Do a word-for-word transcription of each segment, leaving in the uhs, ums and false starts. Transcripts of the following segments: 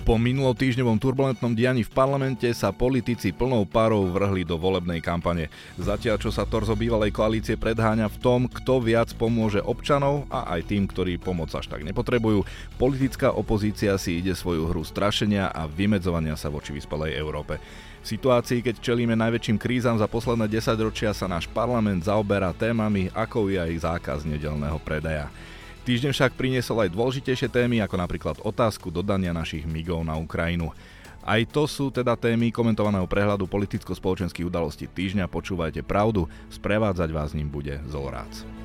Po minulotýždňovom turbulentnom dianí v parlamente sa politici plnou parou vrhli do volebnej kampane. Zatiaľ, čo sa torzo bývalej koalície predháňa v tom, kto viac pomôže občanov a aj tým, ktorí pomoc až tak nepotrebujú, politická opozícia si ide svoju hru strašenia a vymedzovania sa voči vyspelej Európe. V situácii, keď čelíme najväčším krízam za posledné desaťročia, sa náš parlament zaoberá témami, ako je aj zákaz nedeľného predaja. Týždeň však priniesol aj dôležitejšie témy, ako napríklad otázku dodania našich migov na Ukrajinu. Aj to sú teda témy komentovaného prehľadu politicko-spoločenských udalostí týždňa. Počúvajte pravdu, sprevádzať vás ním bude Zolrác.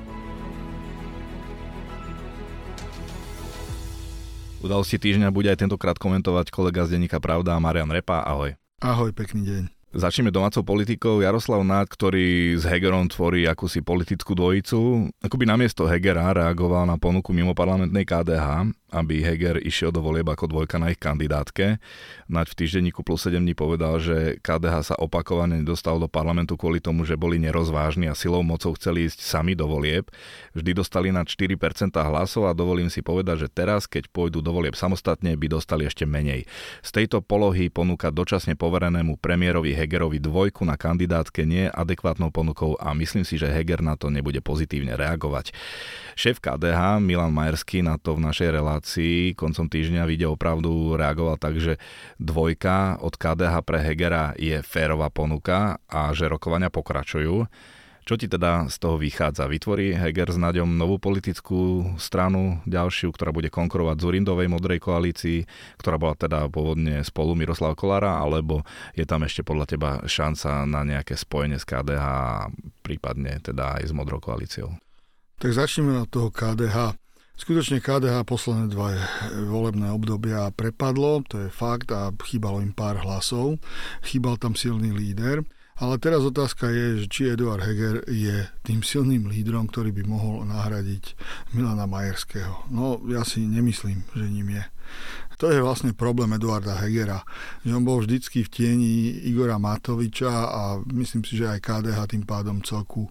Udalosti týždňa bude aj tentokrát komentovať kolega z denníka Pravda Marian Repa. Ahoj. Ahoj, pekný deň. Začneme domácou politikou. Jaroslav Náď, ktorý s Hegerom tvorí akúsi politickú dvojicu, akoby namiesto Hegera reagoval na ponuku mimoparlamentnej ká dé há, aby Heger išiel do volieb ako dvojka na ich kandidátke. Naď v týždenníku plus sedem dní povedal, že ká dé há sa opakovane nedostal do parlamentu kvôli tomu, že boli nerozvážni a silou mocou chceli ísť sami do volieb. Vždy dostali na štyri percentá hlasov a dovolím si povedať, že teraz, keď pôjdu do volieb samostatne, by dostali ešte menej. Z tejto polohy ponúka dočasne poverenému premiérovi Hegerovi dvojku na kandidátke nie je adekvátnou ponukou a myslím si, že Heger na to nebude pozitívne reagovať. Šéf ká dé há Milan Majerský na to v našej relácii koncom týždňa Video opravdu reagoval tak, že dvojka od ká dé há pre Hegera je férová ponuka a že rokovania pokračujú. Čo ti teda z toho vychádza? Vytvorí Heger s Naďom novú politickú stranu, ďalšiu, ktorá bude konkurovať Dzurindovej modrej koalícii, ktorá bola teda pôvodne spolu Miroslava Kollára, alebo je tam ešte podľa teba šanca na nejaké spojenie s ká dé há, prípadne teda aj s modrou koalíciou? Tak začneme od toho ká dé há. Skutočne ká dé há posledné dva volebné obdobia prepadlo, to je fakt, a chýbalo im pár hlasov. Chýbal tam silný líder. Ale teraz otázka je, že či Eduard Heger je tým silným lídrom, ktorý by mohol nahradiť Milana Majerského. No, ja si nemyslím, že ním je. To je vlastne problém Eduarda Hegera, že on bol vždycky v tieni Igora Matoviča a myslím si, že aj ká dé há tým pádom celku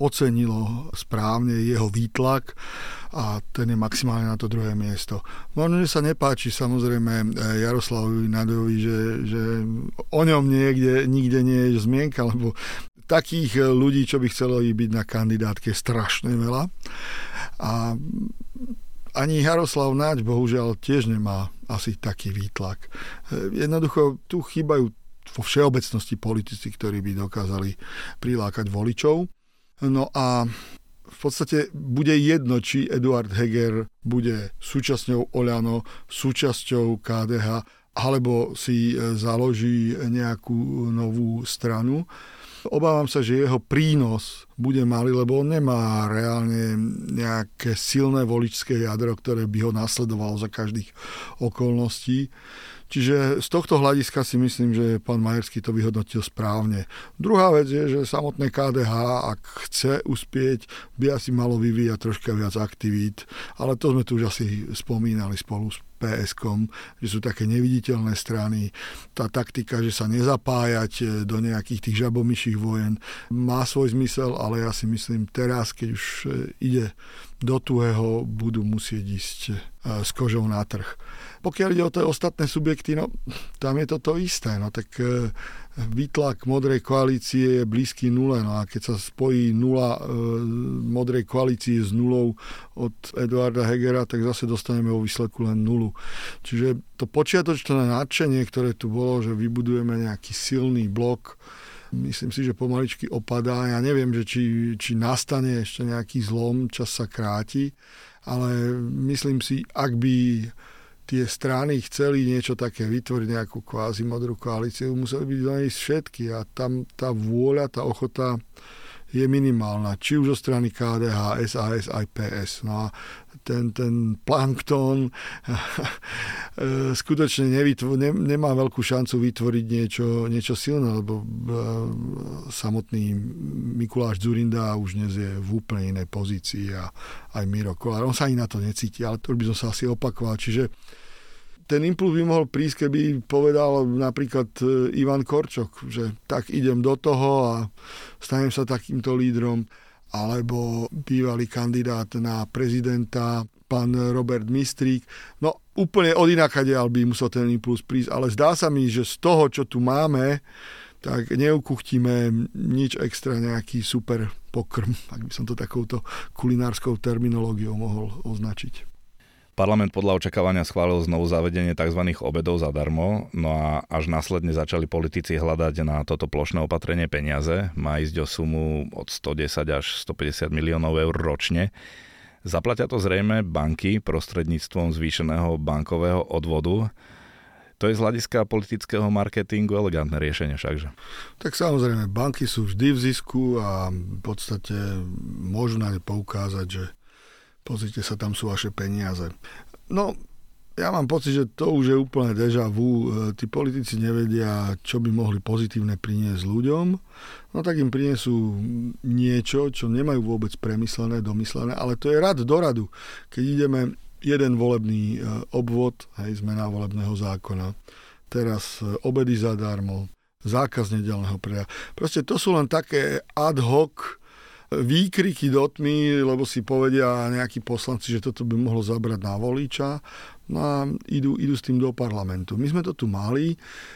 ocenilo správne jeho výtlak a ten je maximálne na to druhé miesto. Možno, že sa nepáči samozrejme Jaroslavovi Naďovi, že, že o ňom niekde, nikde nie je zmienka, lebo takých ľudí, čo by chcelo byť na kandidátke, strašne veľa. A ani Jaroslav Náď bohužiaľ tiež nemá asi taký výtlak. Jednoducho tu chýbajú vo všeobecnosti politici, ktorí by dokázali prilákať voličov. No a v podstate bude jedno, či Eduard Heger bude súčasťou Oľano, súčasťou ká dé há, alebo si založí nejakú novú stranu. Obávam sa, že jeho prínos bude malý, lebo on nemá reálne nejaké silné voličské jadro, ktoré by ho nasledovalo za každých okolností. Čiže z tohto hľadiska si myslím, že pán Majerský to vyhodnotil správne. Druhá vec je, že samotné ká dé há, ak chce uspieť, by asi malo vyvíjať troška viac aktivít, ale to sme tu už asi spomínali spolu s pé eskom, že sú také neviditeľné strany. Tá taktika, že sa nezapájať do nejakých tých žabomyších vojen, má svoj zmysel, ale ja si myslím teraz, keď už ide do tuhého, budú musieť ísť s kožou na trh. Pokiaľ ide o tie ostatné subjekty, no tam je to to isté. No tak výtlak modrej koalície je blízky nule. No a keď sa spojí nula e, modrej koalície s nulou od Eduarda Hegera, tak zase dostaneme vo výsledku len nulu. Čiže to počiatočné nadšenie, ktoré tu bolo, že vybudujeme nejaký silný blok, myslím si, že pomaličky opadá. Ja neviem, že či, či nastane ešte nejaký zlom, čas sa kráti, ale myslím si, ak by tie strany chceli niečo také vytvoriť, nejakú kvázi modrú koalíciu, museli byť do nej všetky a tam tá vôľa, tá ochota je minimálna. Či už zo strany ká dé há, es a es, aj pé es. No a ten, ten plankton skutočne nevytvo- ne, nemá veľkú šancu vytvoriť niečo, niečo silné, lebo samotný Mikuláš Dzurinda už dnes je v úplne inej pozícii a aj Miro Kollár. On sa ani na to necíti, ale to by som sa asi opakoval. Čiže ten impuls by mohol prísť, keby povedal napríklad Ivan Korčok, že tak idem do toho a stanem sa takýmto lídrom, alebo bývalý kandidát na prezidenta pán Robert Mistrík. No úplne od inakadiaľ by musel ten impuls prísť, ale zdá sa mi, že z toho, čo tu máme, tak neukuchtíme nič extra, nejaký super pokrm, ak by som to takouto kulinárskou terminológiou mohol označiť. Parlament podľa očakávania schválil znovu zavedenie tzv. Obedov zadarmo, no a až následne začali politici hľadať na toto plošné opatrenie peniaze. Má ísť o sumu od stodesať až stopäťdesiat miliónov eur ročne. Zaplatia to zrejme banky prostredníctvom zvýšeného bankového odvodu. To je z hľadiska politického marketingu elegantné riešenie všakže. Tak samozrejme, banky sú vždy v zisku a v podstate môžu na ne poukázať, že pozrite sa, tam sú vaše peniaze. No, ja mám pocit, že to už je úplne déjà vu. Tí politici nevedia, čo by mohli pozitívne priniesť ľuďom. No tak im prinesú niečo, čo nemajú vôbec premyslené, domyslené, ale to je rad do radu. Keď ideme jeden volebný obvod, hej, zmena volebného zákona, teraz obedy zadarmo, zákaz nedeľného predaja. Proste to sú len také ad hoc výkriky do tmy, lebo si povedia nejakí poslanci, že toto by mohlo zabrať na voliča, no a idú, idú s tým do parlamentu. My sme to tu mali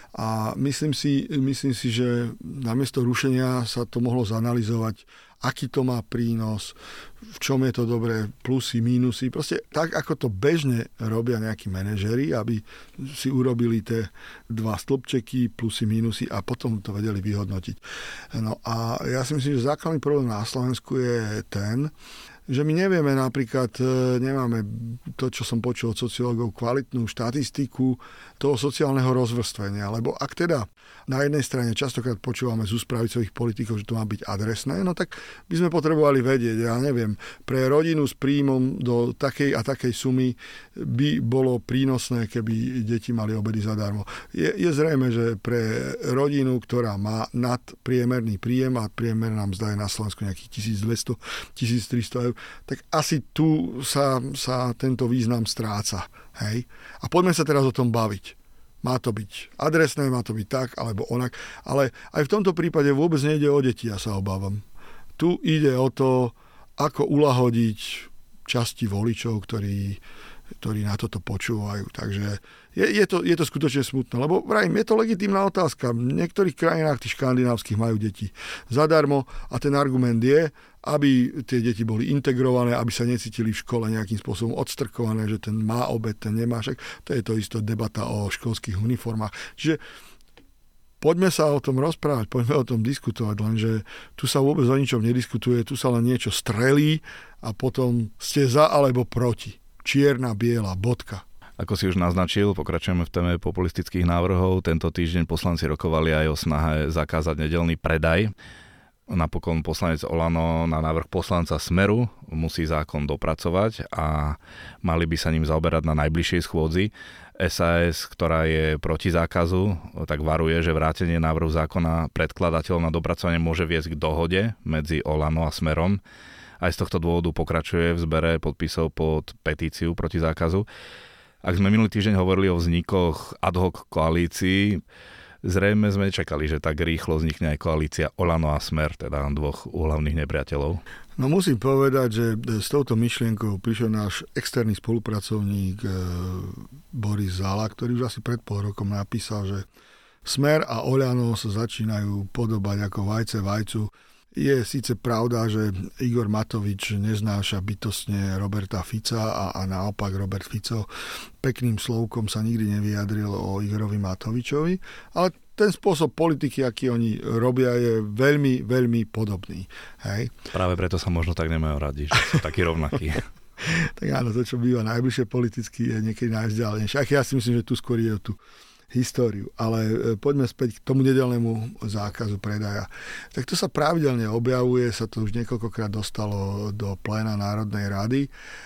a myslím si, myslím si, že namiesto rušenia sa to mohlo zanalyzovať, aký to má prínos, v čom je to dobré, plusy, mínusy. Proste tak, ako to bežne robia nejakí manažeri, aby si urobili tie dva stĺpčeky, plusy, mínusy a potom to vedeli vyhodnotiť. No a ja si myslím, že základný problém na Slovensku je ten, že my nevieme napríklad, nemáme to, čo som počul od sociológov, kvalitnú štatistiku toho sociálneho rozvrstvenia. Lebo ak teda na jednej strane častokrát počúvame z úst pravicových politikov, že to má byť adresné, no tak by sme potrebovali vedieť, ja neviem, pre rodinu s príjmom do takej a takej sumy by bolo prínosné, keby deti mali obedy zadarmo. Je, je zrejme, že pre rodinu, ktorá má nadpriemerný príjem a priemerná mzda je na Slovensku nejakých tisícdvesto až tisíctristo eur, tak asi tu sa, sa tento význam stráca. Hej? A poďme sa teraz o tom baviť. Má to byť adresné, má to byť tak, alebo onak. Ale aj v tomto prípade vôbec nejde o deti, ja sa obávam. Tu ide o to, ako ulahodiť časti voličov, ktorí, ktorí na toto počúvajú. Takže je, je, to, je to skutočne smutné, lebo vrajím, je to legitímna otázka. V niektorých krajinách, tých škandinávskych, majú deti zadarmo a ten argument je, aby tie deti boli integrované, aby sa necítili v škole nejakým spôsobom odstrkované, že ten má obed, ten nemá. Však to je to isto debata o školských uniformách. Čiže poďme sa o tom rozprávať, poďme o tom diskutovať, lenže tu sa vôbec o ničom nediskutuje, tu sa len niečo strelí a potom ste za alebo proti. Čierna, biela, bodka. Ako si už naznačil, pokračujeme v téme populistických návrhov. Tento týždeň poslanci rokovali aj o snahe zakázať nedeľný predaj. Napokon poslanec Olano na návrh poslanca Smeru musí zákon dopracovať a mali by sa ním zaoberať na najbližšej schôdzi. es a es, ktorá je proti zákazu, tak varuje, že vrátenie návrhu zákona predkladateľom na dopracovanie môže viesť k dohode medzi Olano a Smerom. Aj z tohto dôvodu pokračuje v zbere podpisov pod petíciu proti zákazu. Ak sme minulý týždeň hovorili o vznikoch ad hoc koalícií, zrejme sme čakali, že tak rýchlo vznikne aj koalícia Olano a Smer, teda dvoch úhlavných nepriateľov. No musím povedať, že s touto myšlienkou prišiel náš externý spolupracovník Boris Zala, ktorý už asi pred pol rokom napísal, že Smer a Olano sa začínajú podobať ako vajce vajcu. Je síce pravda, že Igor Matovič neznáša bytostne Roberta Fica a, a naopak Robert Fico pekným slovkom sa nikdy nevyjadril o Igorovi Matovičovi, ale ten spôsob politiky, aký oni robia, je veľmi, veľmi podobný. Hej? Práve preto sa možno tak nemajú radi, že sú takí rovnakí. Tak áno, to, čo býva najbližšie politicky, je niekedy najvzdialenejšie. Ak ja si myslím, že tu skôr je o tú históriu. Ale poďme späť k tomu nedeľnému zákazu predaja. Tak to sa pravidelne objavuje, sa to už niekoľkokrát dostalo do pléna Národnej rady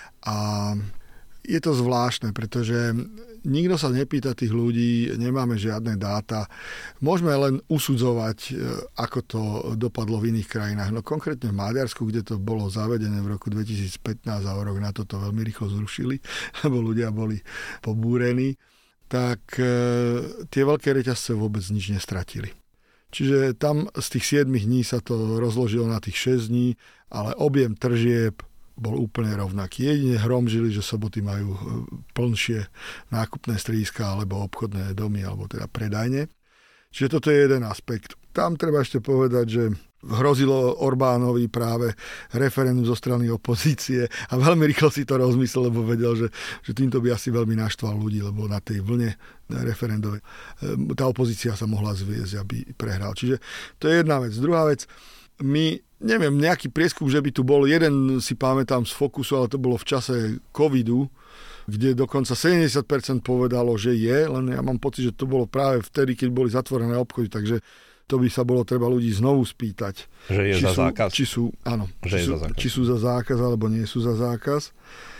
a je to zvláštne, pretože nikto sa nepýta tých ľudí, nemáme žiadne dáta. Môžeme len usudzovať, ako to dopadlo v iných krajinách. No konkrétne v Maďarsku, kde to bolo zavedené v roku dvetisícpätnásť a o rok na to to veľmi rýchlo zrušili, lebo ľudia boli pobúrení, tak e, tie veľké reťazce vôbec nič nestratili. Čiže tam z tých siedmich dní sa to rozložilo na tých šesť dní, ale objem tržieb bol úplne rovnaký. Jedine hromžili, že soboty majú plnšie nákupné stríska alebo obchodné domy, alebo teda predajne. Čiže toto je jeden aspekt. Tam treba ešte povedať, že hrozilo Orbánovi práve referendum zo strany opozície a veľmi rýchlo si to rozmyslel, lebo vedel, že, že týmto by asi veľmi naštval ľudí, lebo na tej vlne referendovej tá opozícia sa mohla zviesť, aby prehral. Čiže to je jedna vec. Druhá vec, my, neviem, nejaký prieskum, že by tu bol, jeden si pamätám z Fokusu, ale to bolo v čase covidu, kde dokonca sedemdesiat percent povedalo, že je, len ja mám pocit, že to bolo práve vtedy, keď boli zatvorené obchody, takže to by sa bolo treba ľudí znovu spýtať. Že je či za sú, zákaz. Či sú, áno, že či, sú, za zákaz. či sú za zákaz, alebo nie sú za zákaz.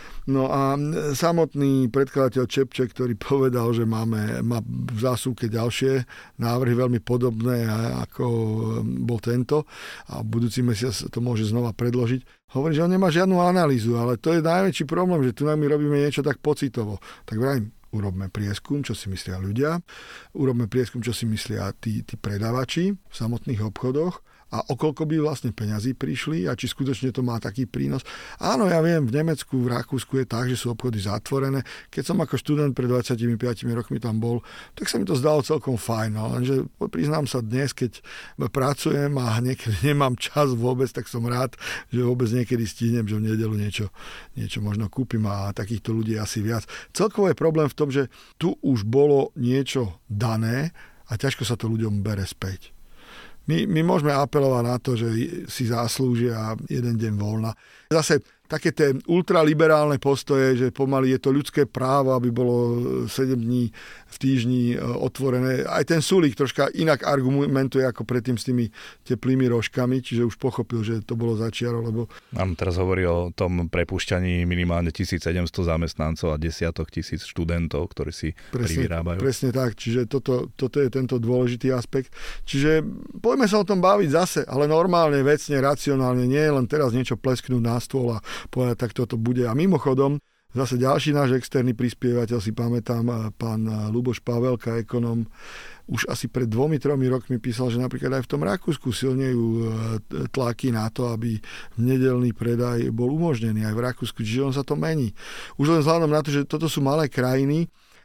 No a samotný predkladateľ Čepček, ktorý povedal, že máme, má v zásuvke ďalšie návrhy veľmi podobné, ako bol tento a budúci mesiac to môže znova predložiť. Hovorí, že on nemá žiadnu analýzu, ale to je najväčší problém, že tu my robíme niečo tak pocitovo. Tak vrajím, urobme prieskum, čo si myslia ľudia, urobme prieskum, čo si myslia tí, tí predavači v samotných obchodoch a o koľko by vlastne peňazí prišli a či skutočne to má taký prínos. Áno, ja viem, v Nemecku, v Rakúsku je tak, že sú obchody zatvorené. Keď som ako študent pred dvadsiatimi piatimi rokmi tam bol, tak sa mi to zdalo celkom fajn. No, lenže priznám sa dnes, keď pracujem a niekedy nemám čas vôbec, tak som rád, že vôbec niekedy stihnem, že v nedeľu niečo, niečo možno kúpim a takýchto ľudí asi viac. Celkovo je problém v tom, že tu už bolo niečo dané a ťažko sa to ľuďom bere späť. My, my môžeme apelovať na to, že si zaslúžia jeden deň voľna. Zase také tie ultraliberálne postoje, že pomaly je to ľudské právo, aby bolo sedem dní v týždni otvorené. Aj ten Sulík troška inak argumentuje ako predtým s tými teplými rožkami, čiže už pochopil, že to bolo začiaro, lebo... Nám teraz hovorí o tom prepúšťaní minimálne tisícsedemsto zamestnancov a desiatok tisíc študentov, ktorí si presne, privyrábajú. Presne tak, čiže toto, toto je tento dôležitý aspekt. Čiže poďme sa o tom baviť zase, ale normálne, vecne, racionálne, nie len teraz niečo plesknúť na stôl a povedať, tak toto bude. A mimochodom, zase ďalší náš externý prispievateľ, si pamätám, pán Ľuboš Pavelka, ekonom, už asi pred dvomi, tromi rokmi písal, že napríklad aj v tom Rakúsku silnejú tlaky na to, aby nedeľný predaj bol umožnený aj v Rakúsku, čiže on sa to mení. Už len vzhľadom na to, že toto sú malé krajiny,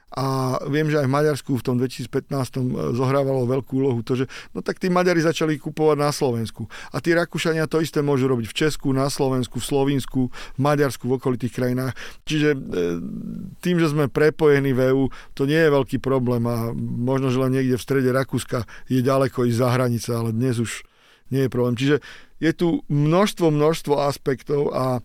a viem, že aj v Maďarsku v tom dvetisícpätnásť zohrávalo veľkú úlohu to, že no tak tí Maďari začali kupovať na Slovensku. A tí Rakúšania to isté môžu robiť v Česku, na Slovensku, v Slovínsku, v Maďarsku, v okolitých krajinách. Čiže tým, že sme prepojení v é ú, to nie je veľký problém a možno, že len niekde v strede Rakúska je ďaleko ísť za hranice, ale dnes už nie je problém. Čiže je tu množstvo, množstvo aspektov a,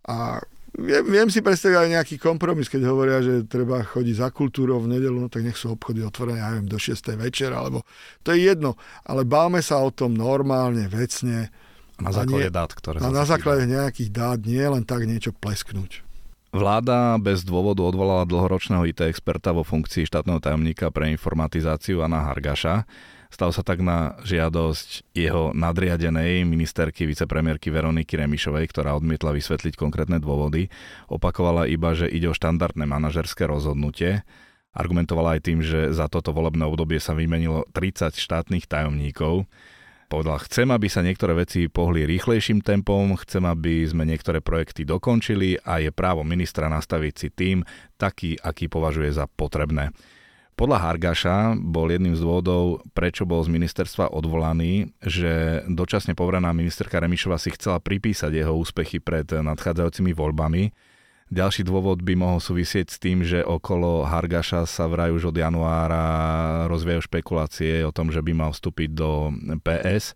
a Viem, viem si predstaviť aj nejaký kompromis, keď hovoria, že treba chodiť za kultúrou v nedeľu, no tak nech sú obchody otvorené, ja viem, do šiestej večer, alebo to je jedno, ale bávme sa o tom normálne, vecne. Na základe nie, dát, ktoré A na základe nejakých dát, nie len tak niečo plesknúť. Vláda bez dôvodu odvolala dlhoročného í té experta vo funkcii štátneho tajomníka pre informatizáciu Jana Hargaša. Stalo sa tak na žiadosť jeho nadriadenej ministerky vicepremiérky Veroniky Remišovej, ktorá odmietla vysvetliť konkrétne dôvody. Opakovala iba, že ide o štandardné manažerské rozhodnutie. Argumentovala aj tým, že za toto volebné obdobie sa vymenilo tridsať štátnych tajomníkov. Povedala, chcem, aby sa niektoré veci pohli rýchlejším tempom, chcem, aby sme niektoré projekty dokončili a je právo ministra nastaviť si tým taký, aký považuje za potrebné. Podľa Hargaša bol jedným z dôvodov, prečo bol z ministerstva odvolaný, že dočasne poverená ministerka Remišová si chcela pripísať jeho úspechy pred nadchádzajúcimi voľbami. Ďalší dôvod by mohol súvisieť s tým, že okolo Hargaša sa vraj už od januára rozvíjajú špekulácie o tom, že by mal vstúpiť do pé es.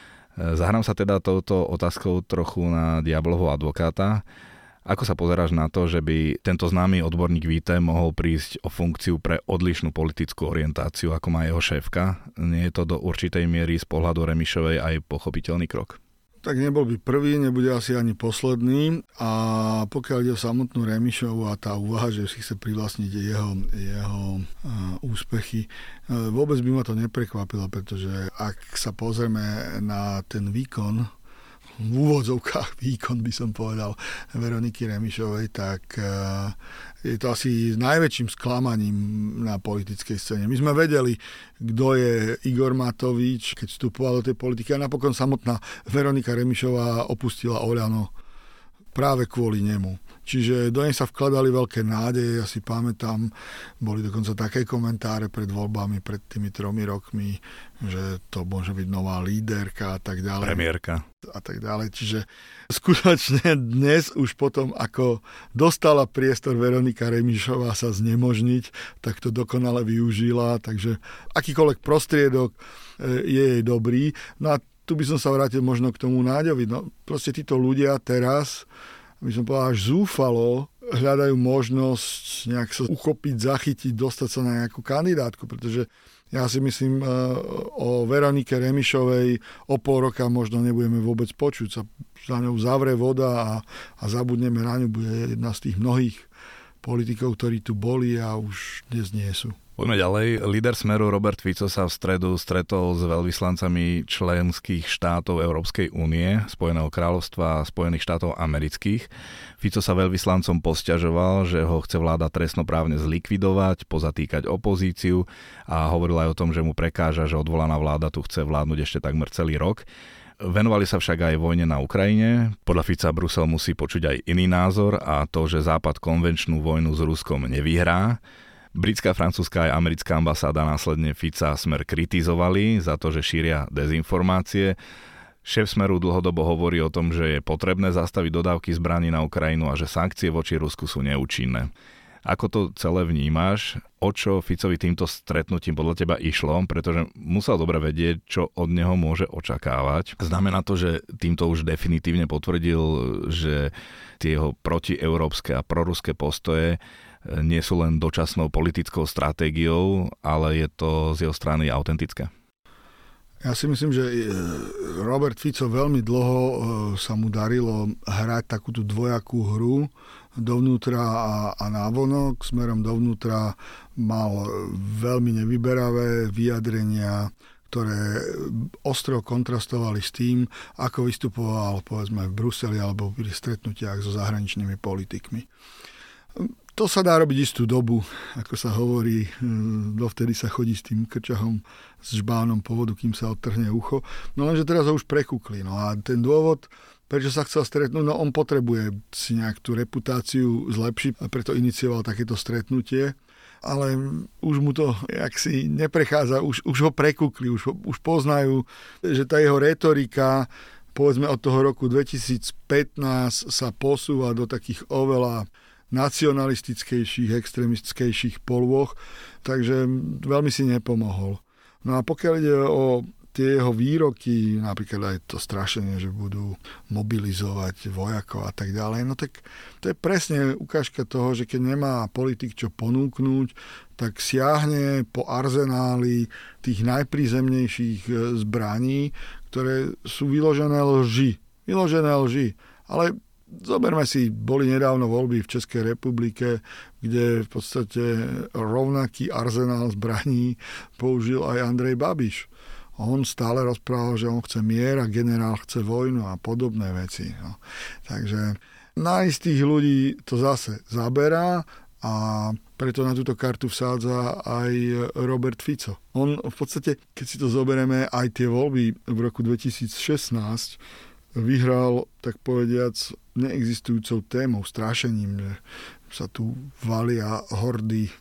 Zahrám sa teda touto otázkou trochu na diablovho advokáta. Ako sa pozeráš na to, že by tento známy odborník vé té mohol prísť o funkciu pre odlišnú politickú orientáciu, ako má jeho šéfka? Nie je to do určitej miery z pohľadu Remišovej aj pochopiteľný krok? Tak nebol by prvý, nebude asi ani posledný. A pokiaľ ide o samotnú Remišovu a tá úvaha, že si chce privlastniť jeho, jeho úspechy, vôbec by ma to neprekvapilo, pretože ak sa pozrieme na ten výkon, v úvodzovkách výkon by som povedal Veroniky Remišovej, tak je to asi najväčším sklamaním na politickej scéne. My sme vedeli, kto je Igor Matovič, keď vstupoval do tej politiky a napokon samotná Veronika Remišová opustila Oľano práve kvôli nemu. Čiže do nej sa vkladali veľké nádeje, ja si pamätám, boli dokonca také komentáre pred voľbami, pred tými tromi rokmi, že to môže byť nová líderka a tak ďalej. Premiérka. A tak ďalej. Čiže skutočne dnes už potom, ako dostala priestor Veronika Remišová sa znemožniť, tak to dokonale využila, takže akýkoľvek prostriedok je jej dobrý. No a tu by som sa vrátil možno k tomu Náďovi. No, proste títo ľudia teraz, by som povedal, až zúfalo hľadajú možnosť nejak sa uchopiť, zachytiť, dostať sa na nejakú kandidátku, pretože ja si myslím, o Veronike Remišovej o pol roka možno nebudeme vôbec počuť. Sa za ňou zavre voda a, a zabudneme na ňu. Bude jedna z tých mnohých politikov, ktorí tu boli a už dnes nie sú. Poďme ďalej. Líder Smeru Robert Fico sa v stredu stretol s veľvyslancami členských štátov Európskej únie, Spojeného kráľovstva a Spojených štátov amerických. Fico sa veľvyslancom posťažoval, že ho chce vláda trestnoprávne zlikvidovať, pozatýkať opozíciu a hovoril aj o tom, že mu prekáža, že odvolaná vláda tu chce vládnuť ešte takmer celý rok. Venovali sa však aj vojne na Ukrajine. Podľa Fica Brusel musí počuť aj iný názor a to, že Západ konvenčnú vojnu s Ruskom nevyhrá. Britská, francúzska aj americká ambasáda následne Fica Smer kritizovali za to, že šíria dezinformácie. Šéf Smeru dlhodobo hovorí o tom, že je potrebné zastaviť dodávky zbraní na Ukrajinu a že sankcie voči Rusku sú neúčinné. Ako to celé vnímaš? O čo Ficovi týmto stretnutím podľa teba išlo? Pretože musel dobre vedieť, čo od neho môže očakávať. Znamená to, že týmto už definitívne potvrdil, že tie jeho protieurópske a proruské postoje nie sú len dočasnou politickou stratégiou, ale je to z jeho strany autentické. Ja si myslím, že Robert Fico veľmi dlho sa mu darilo hrať takúto dvojakú hru dovnútra a, a návonok. Smerom dovnútra mal veľmi nevyberavé vyjadrenia, ktoré ostro kontrastovali s tým, ako vystupoval povedzme v Bruseli alebo pri stretnutiach so zahraničnými politikmi. To sa dá robiť istú dobu, ako sa hovorí, dovtedy sa chodí s tým krčahom, s žbánom po vodu, kým sa odtrhne ucho. No lenže teraz ho už prekúkli. No a ten dôvod, prečo sa chcel stretnúť, no on potrebuje si nejak tú reputáciu zlepšiť a preto inicioval takéto stretnutie. Ale už mu to jaksi neprechádza, už, už ho prekúkli, už, ho, už poznajú, že tá jeho retorika, povedzme od toho roku dvetisícpätnásť sa posúva do takých oveľa nacionalistickejších, extrémistickejších polôch, takže veľmi si nepomohol. No a pokiaľ ide o tie jeho výroky, napríklad aj to strašenie, že budú mobilizovať vojakov a tak ďalej, no tak to je presne ukážka toho, že keď nemá politik čo ponúknuť, tak siahne po arzenáli tých najprízemnejších zbraní, ktoré sú vyložené lži. Vyložené lži. Ale zoberme si, boli nedávno voľby v Českej republike, kde v podstate rovnaký arzenál zbraní použil aj Andrej Babiš. On stále rozprával, že on chce mier a generál chce vojnu a podobné veci. No. Takže na istých ľudí to zase zaberá a preto na túto kartu vsádza aj Robert Fico. On v podstate, keď si to zoberieme, aj tie voľby v roku dvetisícšestnásť vyhral, tak povediac, neexistujúcou témou, strašením, že sa tu valia hordy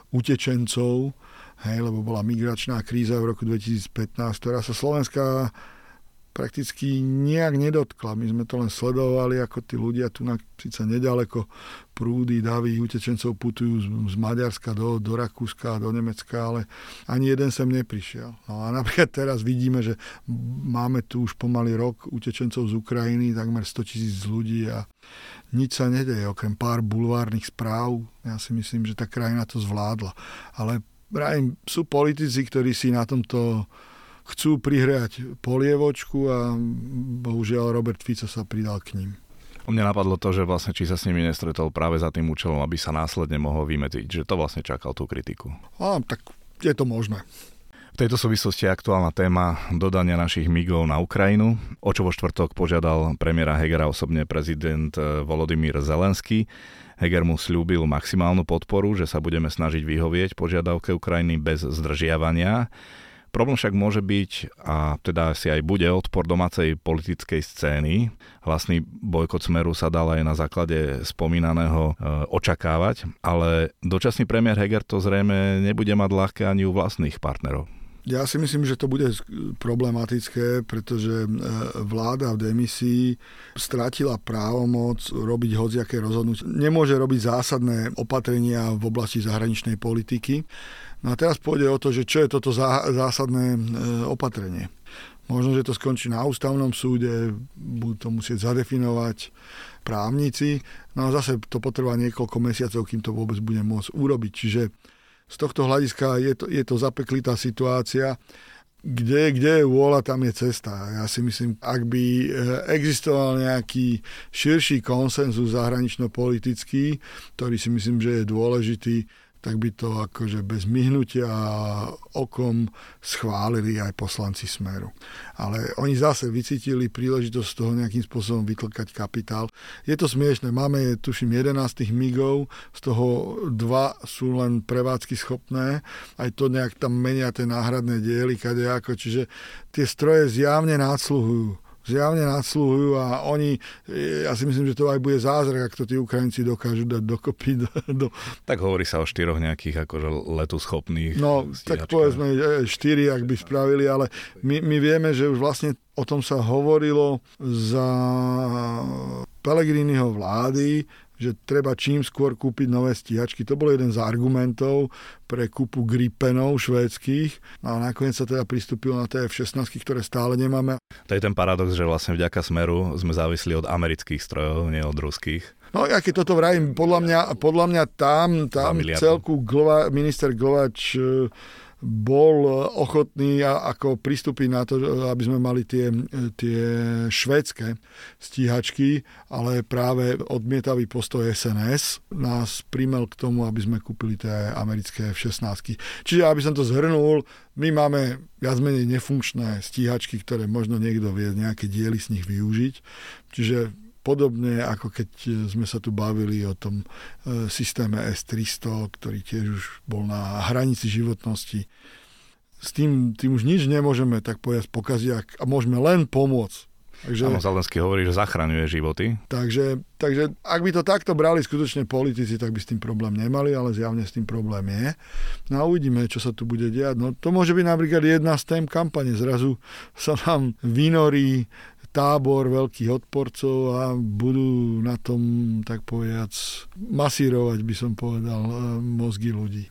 utečencov, hej, lebo bola migračná kríza v roku dvetisícpätnásť, ktorá sa Slovenska prakticky nejak nedotkla. My sme to len sledovali, ako tí ľudia tu na síce nedaleko prúdy, davy utečencov putujú z, z Maďarska do, do Rakúska, do Nemecka, ale ani jeden sem neprišiel. No a napríklad teraz vidíme, že máme tu už pomaly rok utečencov z Ukrajiny, takmer stotisíc ľudí a nič sa nedeje, okrem pár bulvárnych správ. Ja si myslím, že tá krajina to zvládla. Ale vrajím, sú politici, ktorí si na tomto chcú prihriať polievočku a bohužiaľ Robert Fico sa pridal k ním. Mne napadlo to, že vlastne či sa s nimi nestretol práve za tým účelom, aby sa následne mohol vymedziť, že to vlastne čakal tú kritiku. A, tak je to možné. V tejto súvislosti je aktuálna téma dodania našich migov na Ukrajinu. O čo vo štvrtok požiadal premiéra Hegera osobne prezident Volodymyr Zelenský. Heger mu sľúbil maximálnu podporu, že sa budeme snažiť vyhovieť požiadavke Ukrajiny bez zdržiavania. Problém však môže byť, a teda si aj bude, odpor domácej politickej scény. Hlasný bojkot Smeru sa dal aj na základe spomínaného e, očakávať, ale dočasný premiér Heger to zrejme nebude mať ľahké ani u vlastných partnerov. Ja si myslím, že to bude problematické, pretože vláda v demisii stratila právomoc robiť hociaké rozhodnutie. Nemôže robiť zásadné opatrenia v oblasti zahraničnej politiky. No a teraz pôjde o to, že čo je toto zásadné opatrenie. Možno, že to skončí na ústavnom súde, budú to musieť zadefinovať právnici, no a zase to potrvá niekoľko mesiacov, kým to vôbec bude môcť urobiť. Čiže z tohto hľadiska je to, je to zapeklitá situácia. Kde, kde je vôľa, tam je cesta. Ja si myslím, ak by existoval nejaký širší konsenzus zahranično-politický, ktorý si myslím, že je dôležitý, tak by to akože bez myhnutia okom schválili aj poslanci Smeru. Ale oni zase vycítili príležitosť z toho nejakým spôsobom vytlkať kapitál. Je to smiešne. Máme, tuším, jedenásť tých migov, z toho dva sú len prevádzky schopné. Aj to nejak tam menia tie náhradné diely, kadejako. Čiže tie stroje zjavne nadsluhujú. zjavne nadsluhujú a oni, ja si myslím, že to aj bude zázrak, ak to tí Ukrajinci dokážu dať dokopy. Do, do... Tak hovorí sa o štyroch nejakých akože letu schopných. No, stíhačka. Tak povedzme štyri, ak by spravili, ale my, my vieme, že už vlastne o tom sa hovorilo za Pellegriniho vlády, že treba čím skôr kúpiť nové stíhačky. To bol jeden z argumentov pre kúpu Gripenov švédskych. A nakoniec sa teda pristúpilo na tie ef šestnásť, ktoré stále nemáme. To je ten paradox, že vlastne vďaka Smeru sme závisli od amerických strojov, nie od ruských. No ja keď toto vravím, podľa mňa, podľa mňa tam, tam celku Glova, minister Glovač bol ochotný ako pristúpiť na to, aby sme mali tie, tie švédske stíhačky, ale práve odmietavý postoj es en es nás primel k tomu, aby sme kúpili tie americké ef šestnásť. Čiže aby som to zhrnul, my máme viac menej nefunkčné stíhačky, ktoré možno niekto vie nejaké diely z nich využiť. Čiže podobne ako keď sme sa tu bavili o tom systéme es tristo, ktorý tiež už bol na hranici životnosti. S tým, tým už nič nemôžeme tak povedať pokaziť a môžeme len pomôcť. Takže, áno, Zelenský hovorí, že zachraňuje životy. Takže, takže ak by to takto brali skutočne politici, tak by s tým problém nemali, ale zjavne s tým problém je. No a uvidíme, čo sa tu bude diať. No, to môže byť napríklad jedna z tém kampane. Zrazu sa nám vynorí tábor veľkých odporcov a budú na tom, tak povedac, masírovať, by som povedal, mozgy ľudí.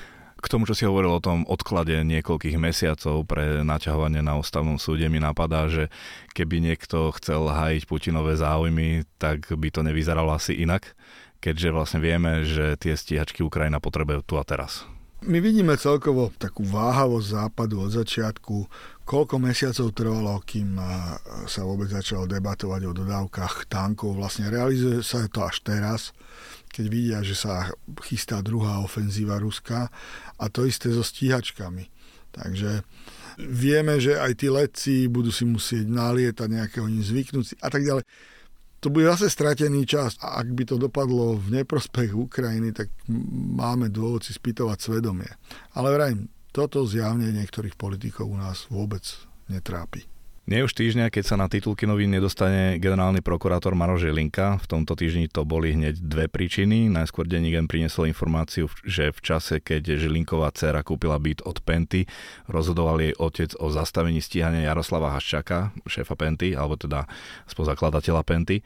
K tomu, čo si hovoril o tom odklade niekoľkých mesiacov pre naťahovanie na ústavnom súde, mi napadá, že keby niekto chcel hájiť Putinové záujmy, tak by to nevyzeralo asi inak, keďže vlastne vieme, že tie stíhačky Ukrajina potrebuje tu a teraz. My vidíme celkovo takú váhavosť západu od začiatku, koľko mesiacov trvalo, kým sa vôbec začalo debatovať o dodávkach tankov. Vlastne realizuje sa to až teraz, keď vidia, že sa chystá druhá ofenzíva Ruska a to isté so stíhačkami. Takže vieme, že aj tí letci budú si musieť nalietať nejakého ním zvyknúci a tak ďalej. To bude zase stratený čas. A ak by to dopadlo v neprospech Ukrajiny, tak máme dôvod si spýtovať svedomie. Ale vrajím, toto zjavne niektorých politikov u nás vôbec netrápi. Nie už týždňa, keď sa na titulky novín nedostane generálny prokurátor Maroš Žilinka. V tomto týždni to boli hneď dve príčiny. Najskôr denník N priniesol informáciu, že v čase, keď Žilinková dcéra kúpila byt od Penty, rozhodoval jej otec o zastavení stíhania Jaroslava Haščáka, šéfa Penty, alebo teda spozakladateľa Penty.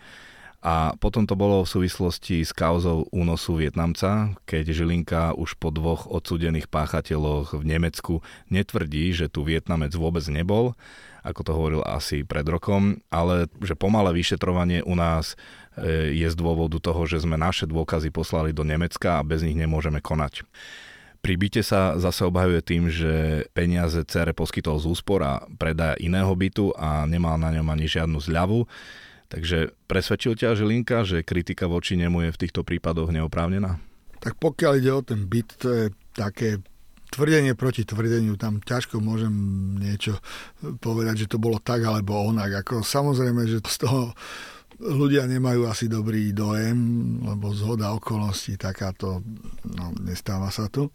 A potom to bolo v súvislosti s kauzou únosu Vietnamca, keď Žilinka už po dvoch odsúdených páchateľoch v Nemecku netvrdí, že tu Vietnamec vôbec nebol, ako to hovoril asi pred rokom, ale že pomalé vyšetrovanie u nás je z dôvodu toho, že sme naše dôkazy poslali do Nemecka a bez nich nemôžeme konať. Pri byte sa zase obhajuje tým, že peniaze dcére poskytol z úspor a predaja iného bytu a nemal na ňom ani žiadnu zľavu. Takže presvedčil ťa Žilinka, že kritika voči nemu je v týchto prípadoch neoprávnená? Tak pokiaľ ide o ten byt, to je také tvrdenie proti tvrdeniu, tam ťažko môžem niečo povedať, že to bolo tak alebo onak. Ako, samozrejme, že z toho ľudia nemajú asi dobrý dojem, lebo zhoda okolností takáto, no nestáva sa to.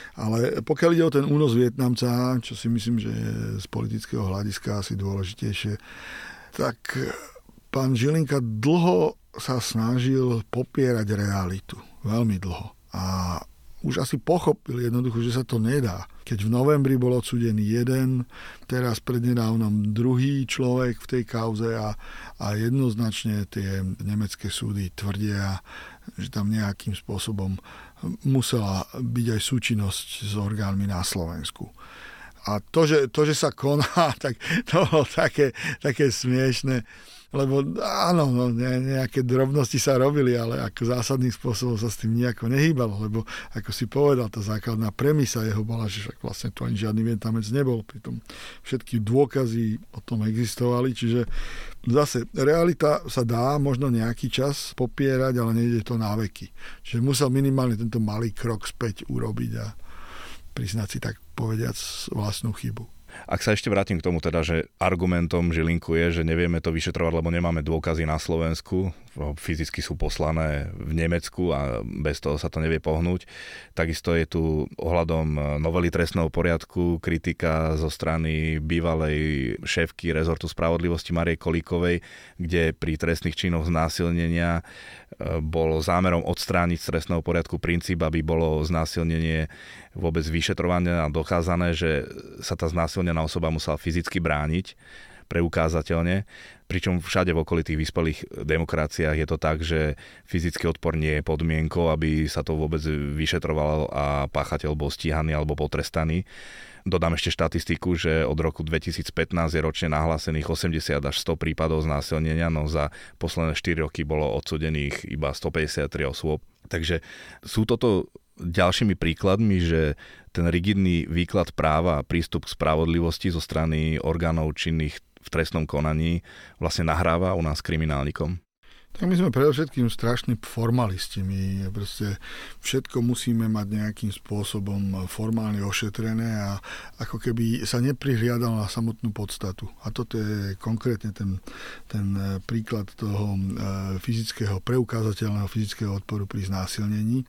Ale pokiaľ ide o ten únos Vietnamca, čo si myslím, že je z politického hľadiska asi dôležitejšie, tak pán Žilinka dlho sa snažil popierať realitu. Veľmi dlho. A už asi pochopil jednoducho, že sa to nedá. Keď v novembri bol odsúdený jeden, teraz prednedávnom druhý človek v tej kauze a, a jednoznačne tie nemecké súdy tvrdia, že tam nejakým spôsobom musela byť aj súčinnosť s orgánmi na Slovensku. A to, že, to, že sa koná, tak to bolo také, také smiešne. Lebo áno, no, nejaké drobnosti sa robili, ale ako zásadným spôsobom sa s tým nejako nehýbalo, lebo ako si povedal, tá základná premisa jeho bola, že však vlastne tu ani žiadny Vietnamec nebol, pritom všetky dôkazy o tom existovali, čiže zase realita sa dá možno nejaký čas popierať, ale nejde to na veky. Čiže musel minimálne tento malý krok späť urobiť a priznať si tak povediac vlastnú chybu. Ak sa ešte vrátim k tomu teda, že argumentom Žilinku je, že nevieme to vyšetrovať, lebo nemáme dôkazy na Slovensku, fyzicky sú poslané v Nemecku a bez toho sa to nevie pohnúť. Takisto je tu ohľadom novely trestného poriadku kritika zo strany bývalej šéfky rezortu spravodlivosti Márie Kolíkovej, kde pri trestných činoch znásilnenia bolo zámerom odstrániť z trestného poriadku princíp, aby bolo znásilnenie vôbec vyšetrované a dokázané, že sa tá znásilnená osoba musela fyzicky brániť preukázateľne, pričom všade v okolitých vyspelých demokraciách je to tak, že fyzický odpor nie je podmienkou, aby sa to vôbec vyšetrovalo a páchateľ bol stíhaný alebo potrestaný. Dodám ešte štatistiku, že od roku dvetisícpätnásť je ročne nahlásených osemdesiat až sto prípadov znásilnenia, no za posledné štyri roky bolo odsúdených iba stopäťdesiattri osôb. Takže sú toto ďalšími príkladmi, že ten rigidný výklad práva a prístup k spravodlivosti zo strany orgánov činných v trestnom konaní vlastne nahráva u nás kriminálnikom? Tak my sme predovšetkým strašní formalisti. My proste všetko musíme mať nejakým spôsobom formálne ošetrené a ako keby sa neprihliadalo na samotnú podstatu. A toto je konkrétne ten, ten príklad toho fyzického, preukázateľného fyzického odporu pri znásilnení.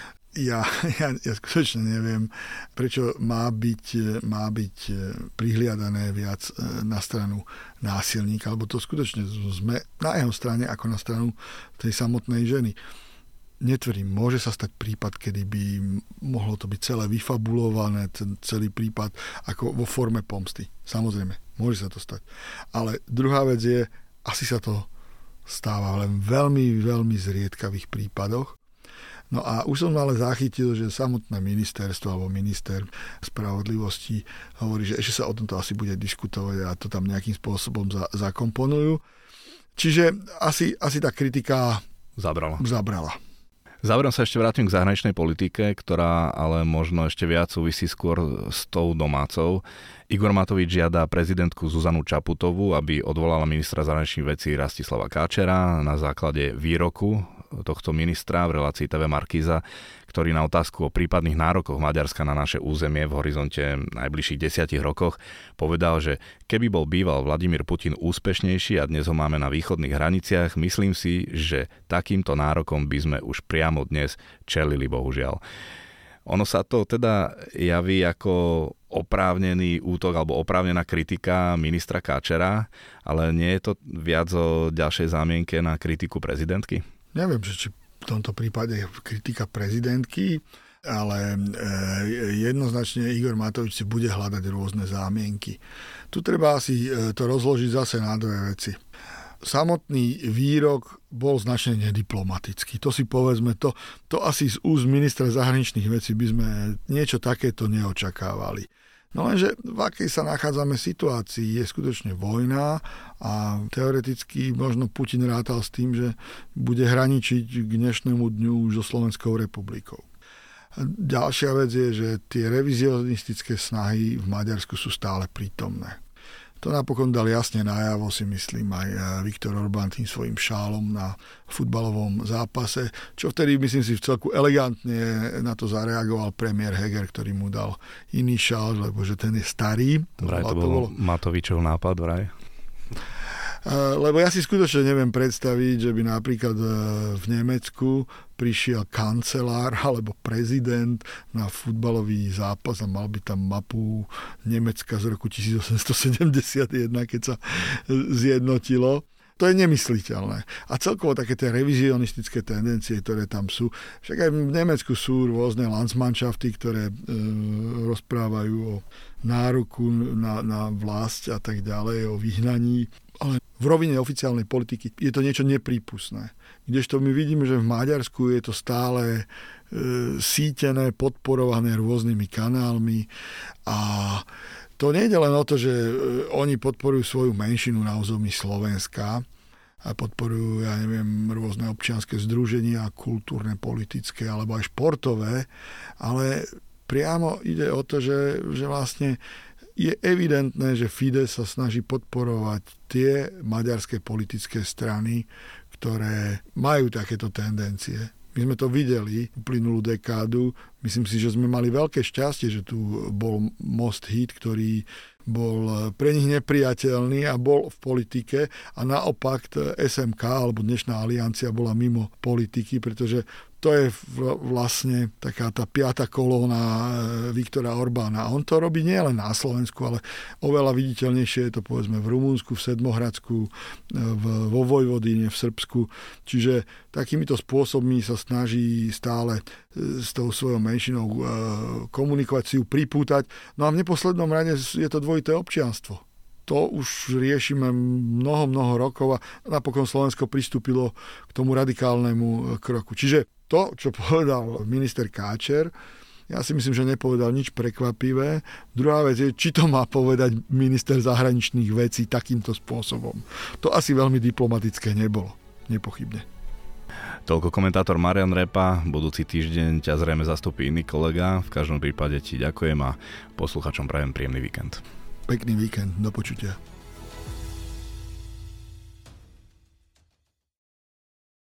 Ja, ja, ja skutočne neviem, prečo má byť, má byť prihliadané viac na stranu násilníka, alebo to skutočne sme na jeho strane ako na stranu tej samotnej ženy. Netvrdím, môže sa stať prípad, kedy by mohlo to byť celé vyfabulované, ten celý prípad ako vo forme pomsty. Samozrejme, môže sa to stať. Ale druhá vec je, asi sa to stáva len veľmi, veľmi zriedkavých prípadoch. No a už som ale zachytil, že samotné ministerstvo alebo minister spravodlivosti hovorí, že ešte sa o tomto asi bude diskutovať a to tam nejakým spôsobom za, zakomponujú. Čiže asi, asi tá kritika zabrala. zabrala. Záverom sa ešte vrátim k zahraničnej politike, ktorá ale možno ešte viac súvisí skôr s tou domácou. Igor Matovič žiada prezidentku Zuzanu Čaputovú, aby odvolala ministra zahraničných vecí Rastislava Káčera na základe výroku tohto ministra v relácii té vé Markíza, ktorý na otázku o prípadných nárokoch Maďarska na naše územie v horizonte najbližších desiatich rokoch povedal, že keby bol býval Vladimír Putin úspešnejší a dnes ho máme na východných hraniciach, myslím si, že takýmto nárokom by sme už priamo dnes čelili, bohužiaľ. Ono sa to teda javí ako oprávnený útok alebo oprávnená kritika ministra Káčera, ale nie je to viac o ďalšej zámienke na kritiku prezidentky? Neviem, či v tomto prípade je kritika prezidentky, ale jednoznačne Igor Matovič si bude hľadať rôzne zámienky. Tu treba asi to rozložiť zase na dve veci. Samotný výrok bol značne nediplomatický. To si povedzme, to, to asi z úst ministra zahraničných vecí by sme niečo takéto neočakávali. No lenže v akej sa nachádzame situácii, je skutočne vojna a teoreticky možno Putin rátal s tým, že bude hraničiť k dnešnému dňu už so Slovenskou republikou. Ďalšia vec je, že tie revizionistické snahy v Maďarsku sú stále prítomné. To napokon dal jasne najavo, si myslím, aj Viktor Orbán tým svojím šálom na futbalovom zápase, čo vtedy, myslím si, v celku elegantne na to zareagoval premiér Heger, ktorý mu dal iný šál, lebo že ten je starý. Vraj to, to bol Matovičov nápad, vraj. Lebo ja si skutočne neviem predstaviť, že by napríklad v Nemecku prišiel kancelár alebo prezident na futbalový zápas a mal by tam mapu Nemecka z roku tisícosemstosedemdesiatjeden, keď sa zjednotilo. To je nemysliteľné. A celkovo také tie revizionistické tendencie, ktoré tam sú. Však aj v Nemecku sú rôzne Landsmannschafty, ktoré e, rozprávajú o nároku na, na vlast a tak ďalej, o vyhnaní. Ale v rovine oficiálnej politiky je to niečo neprípustné. Kdežto my vidíme, že v Maďarsku je to stále e, sítené, podporované rôznymi kanálmi a to nie je len o to, že oni podporujú svoju menšinu na území Slovenska a podporujú, ja neviem, rôzne občianske združenia, kultúrne, politické alebo aj športové, ale priamo ide o to, že, že vlastne je evidentné, že Fidesz sa snaží podporovať tie maďarské politické strany, ktoré majú takéto tendencie. My sme to videli uplynulú dekádu. Myslím si, že sme mali veľké šťastie, že tu bol Most Híd, ktorý bol pre nich nepriateľný a bol v politike a naopak es em ká alebo dnešná aliancia bola mimo politiky, pretože to je vlastne taká tá piata kolóna Viktora Orbána. A on to robí nielen na Slovensku, ale oveľa viditeľnejšie je to povedzme v Rumunsku, v Sedmohradsku, vo Vojvodine, v Srbsku. Čiže takýmito spôsobmi sa snaží stále s tou svojou menšinou komunikovať, si ju pripútať. No a v neposlednom rade je to dvojité občianstvo. To už riešime mnoho, mnoho rokov a napokon Slovensko pristúpilo k tomu radikálnemu kroku. Čiže to, čo povedal minister Káčer, ja si myslím, že nepovedal nič prekvapivé. Druhá vec je, či to má povedať minister zahraničných vecí takýmto spôsobom. To asi veľmi diplomatické nebolo, nepochybne. Toľko komentátor Marian Repa, budúci týždeň ťa zrejme zastupí iný kolega. V každom prípade ti ďakujem a posluchačom prajem príjemný víkend. Pekný víkend, do počutia.